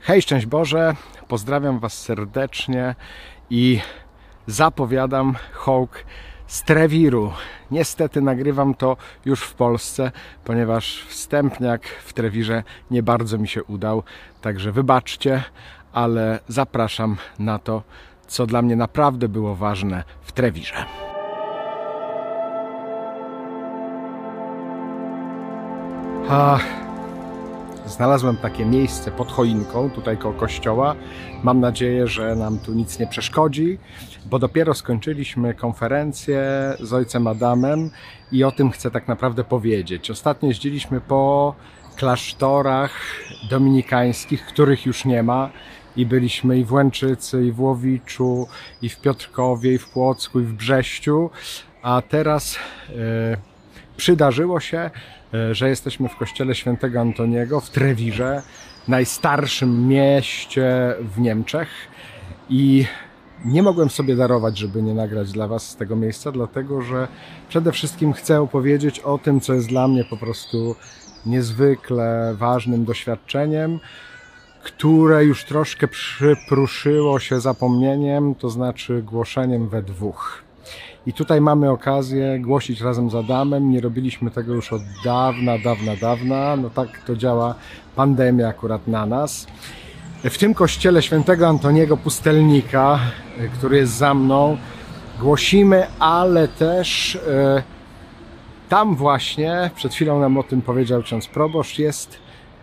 Hej, szczęść Boże, pozdrawiam Was serdecznie i zapowiadam hołk z Trewiru. Niestety nagrywam to już w Polsce, ponieważ wstępniak w Trewirze nie bardzo mi się udał, także wybaczcie, ale zapraszam na to, co dla mnie naprawdę było ważne w Trewirze. Znalazłem takie miejsce pod choinką, tutaj koło kościoła. Mam nadzieję, że nam tu nic nie przeszkodzi, bo dopiero skończyliśmy konferencję z ojcem Adamem i o tym chcę tak naprawdę powiedzieć. Ostatnio jeździliśmy po klasztorach dominikańskich, których już nie ma. I byliśmy i w Łęczycy, i w Łowiczu, i w Piotrkowie, i w Płocku, i w Brześciu. A teraz przydarzyło się, że jesteśmy w kościele świętego Antoniego w Trewirze, najstarszym mieście w Niemczech, i nie mogłem sobie darować, żeby nie nagrać dla Was z tego miejsca, dlatego że przede wszystkim chcę opowiedzieć o tym, co jest dla mnie po prostu niezwykle ważnym doświadczeniem, które już troszkę przypruszyło się zapomnieniem, to znaczy głoszeniem we dwóch. I tutaj mamy okazję głosić razem z Adamem. Nie robiliśmy tego już od dawna. No tak to działa pandemia akurat na nas. W tym kościele świętego Antoniego Pustelnika, który jest za mną, głosimy, ale też tam właśnie, przed chwilą nam o tym powiedział ksiądz proboszcz, jest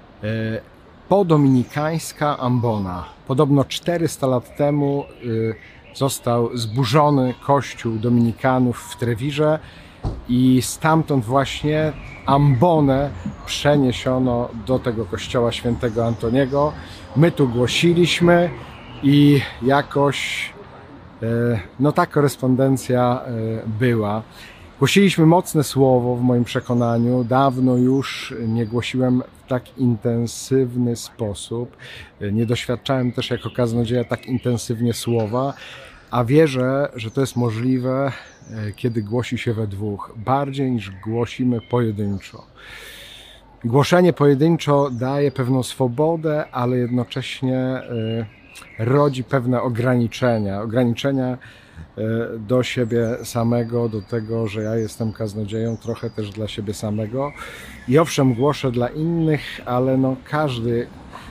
podominikańska ambona. Podobno 400 lat temu został zburzony kościół dominikanów w Trewirze i stamtąd właśnie ambonę przeniesiono do tego kościoła świętego Antoniego. My tu głosiliśmy i jakoś no ta korespondencja była. Głosiliśmy mocne słowo w moim przekonaniu. Dawno już nie głosiłem w tak intensywny sposób. Nie doświadczałem też jako kaznodzieja tak intensywnie słowa, a wierzę, że to jest możliwe, kiedy głosi się we dwóch, bardziej niż głosimy pojedynczo. Głoszenie pojedynczo daje pewną swobodę, ale jednocześnie rodzi pewne ograniczenia do siebie samego, do tego, że ja jestem kaznodzieją, trochę też dla siebie samego. I owszem, głoszę dla innych, ale no każdy,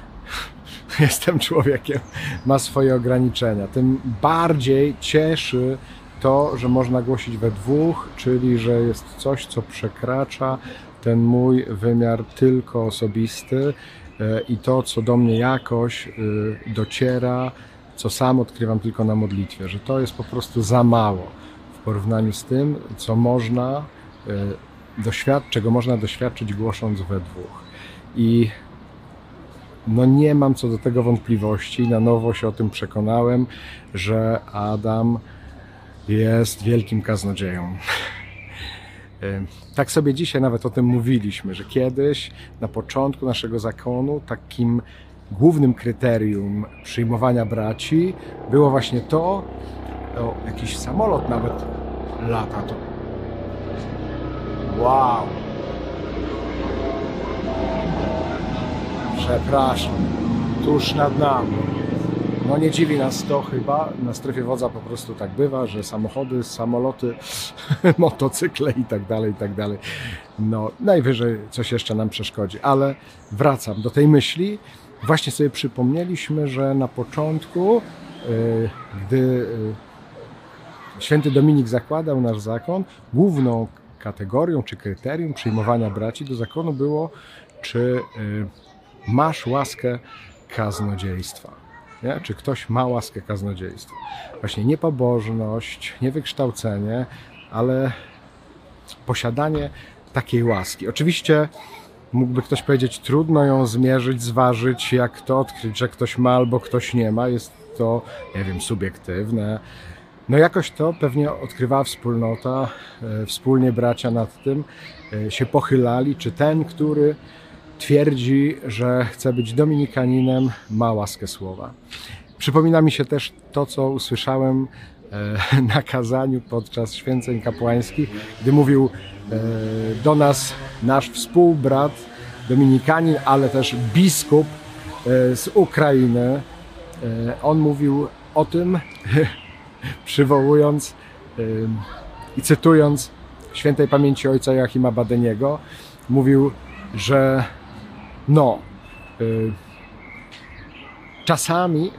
jestem człowiekiem, ma swoje ograniczenia. Tym bardziej cieszy to, że można głosić we dwóch, czyli że jest coś, co przekracza ten mój wymiar tylko osobisty i to, co do mnie jakoś dociera, co sam odkrywam tylko na modlitwie, że to jest po prostu za mało w porównaniu z tym, co można czego można doświadczyć głosząc we dwóch. I no nie mam co do tego wątpliwości, na nowo się o tym przekonałem, że Adam jest wielkim kaznodzieją. Tak sobie dzisiaj nawet o tym mówiliśmy, że kiedyś na początku naszego zakonu takim głównym kryterium przyjmowania braci było właśnie to, jakiś samolot nawet lata to. Wow! Przepraszam, tuż nad nami. No nie dziwi nas to chyba, na strefie wodza po prostu tak bywa, że samochody, samoloty, motocykle i tak dalej. No najwyżej coś jeszcze nam przeszkodzi, ale wracam do tej myśli. Właśnie sobie przypomnieliśmy, że na początku, gdy święty Dominik zakładał nasz zakon, główną kategorią czy kryterium przyjmowania braci do zakonu było, czy masz łaskę kaznodziejstwa. Nie? Czy ktoś ma łaskę kaznodziejstwa. Właśnie nie pobożność, nie wykształcenie, ale posiadanie takiej łaski. Oczywiście mógłby ktoś powiedzieć, trudno ją zmierzyć, zważyć, jak to odkryć, że ktoś ma albo ktoś nie ma. Jest to, nie wiem, subiektywne. No jakoś to pewnie odkrywała wspólnota, wspólnie bracia nad tym się pochylali, czy ten, który twierdzi, że chce być dominikaninem, ma łaskę słowa. Przypomina mi się też to, co usłyszałem na kazaniu podczas święceń kapłańskich, gdy mówił do nas nasz współbrat, dominikanin, ale też biskup z Ukrainy. On mówił o tym, przywołując i cytując świętej pamięci ojca Joachima Badeniego, mówił, że czasami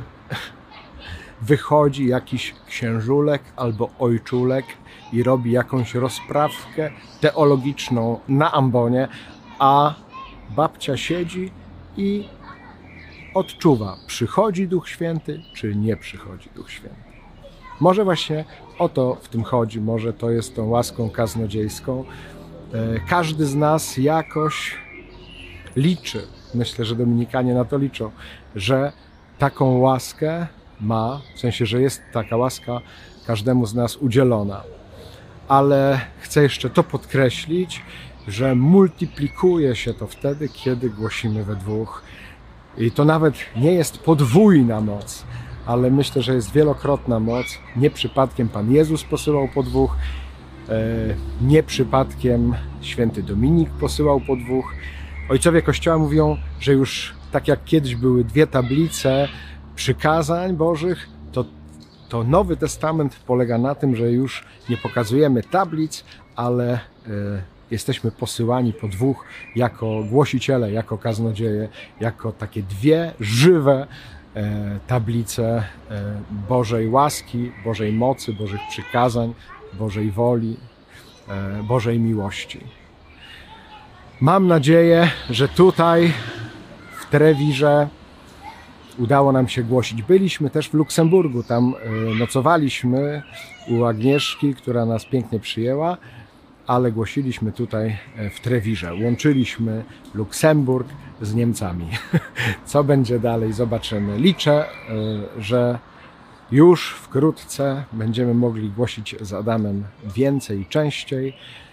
wychodzi jakiś księżulek albo ojczulek i robi jakąś rozprawkę teologiczną na ambonie, a babcia siedzi i odczuwa, przychodzi Duch Święty, czy nie przychodzi Duch Święty. Może właśnie o to w tym chodzi, może to jest tą łaską kaznodziejską. Każdy z nas jakoś liczy, myślę, że dominikanie na to liczą, że taką łaskę ma, w sensie, że jest taka łaska każdemu z nas udzielona. Ale chcę jeszcze to podkreślić, że multiplikuje się to wtedy, kiedy głosimy we dwóch. I to nawet nie jest podwójna moc, ale myślę, że jest wielokrotna moc. Nie przypadkiem Pan Jezus posyłał po dwóch, nie przypadkiem święty Dominik posyłał po dwóch. Ojcowie Kościoła mówią, że już tak jak kiedyś były dwie tablice przykazań Bożych, to Nowy Testament polega na tym, że już nie pokazujemy tablic, ale jesteśmy posyłani po dwóch jako głosiciele, jako kaznodzieje, jako takie dwie żywe tablice Bożej łaski, Bożej mocy, Bożych przykazań, Bożej woli, Bożej miłości. Mam nadzieję, że tutaj w Trewirze udało nam się głosić. Byliśmy też w Luksemburgu, tam nocowaliśmy u Agnieszki, która nas pięknie przyjęła, ale głosiliśmy tutaj w Trewirze. Łączyliśmy Luksemburg z Niemcami. Co będzie dalej, zobaczymy. Liczę, że już wkrótce będziemy mogli głosić z Adamem więcej i częściej,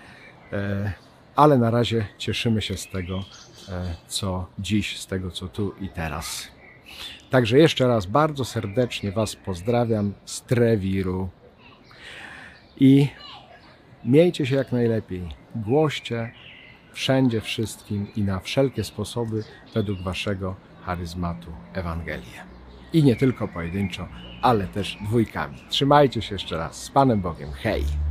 ale na razie cieszymy się z tego, co dziś, z tego, co tu i teraz. Także jeszcze raz bardzo serdecznie Was pozdrawiam z Trewiru i miejcie się jak najlepiej. Głoście wszędzie wszystkim i na wszelkie sposoby według Waszego charyzmatu Ewangelię. I nie tylko pojedynczo, ale też dwójkami. Trzymajcie się jeszcze raz. Z Panem Bogiem. Hej!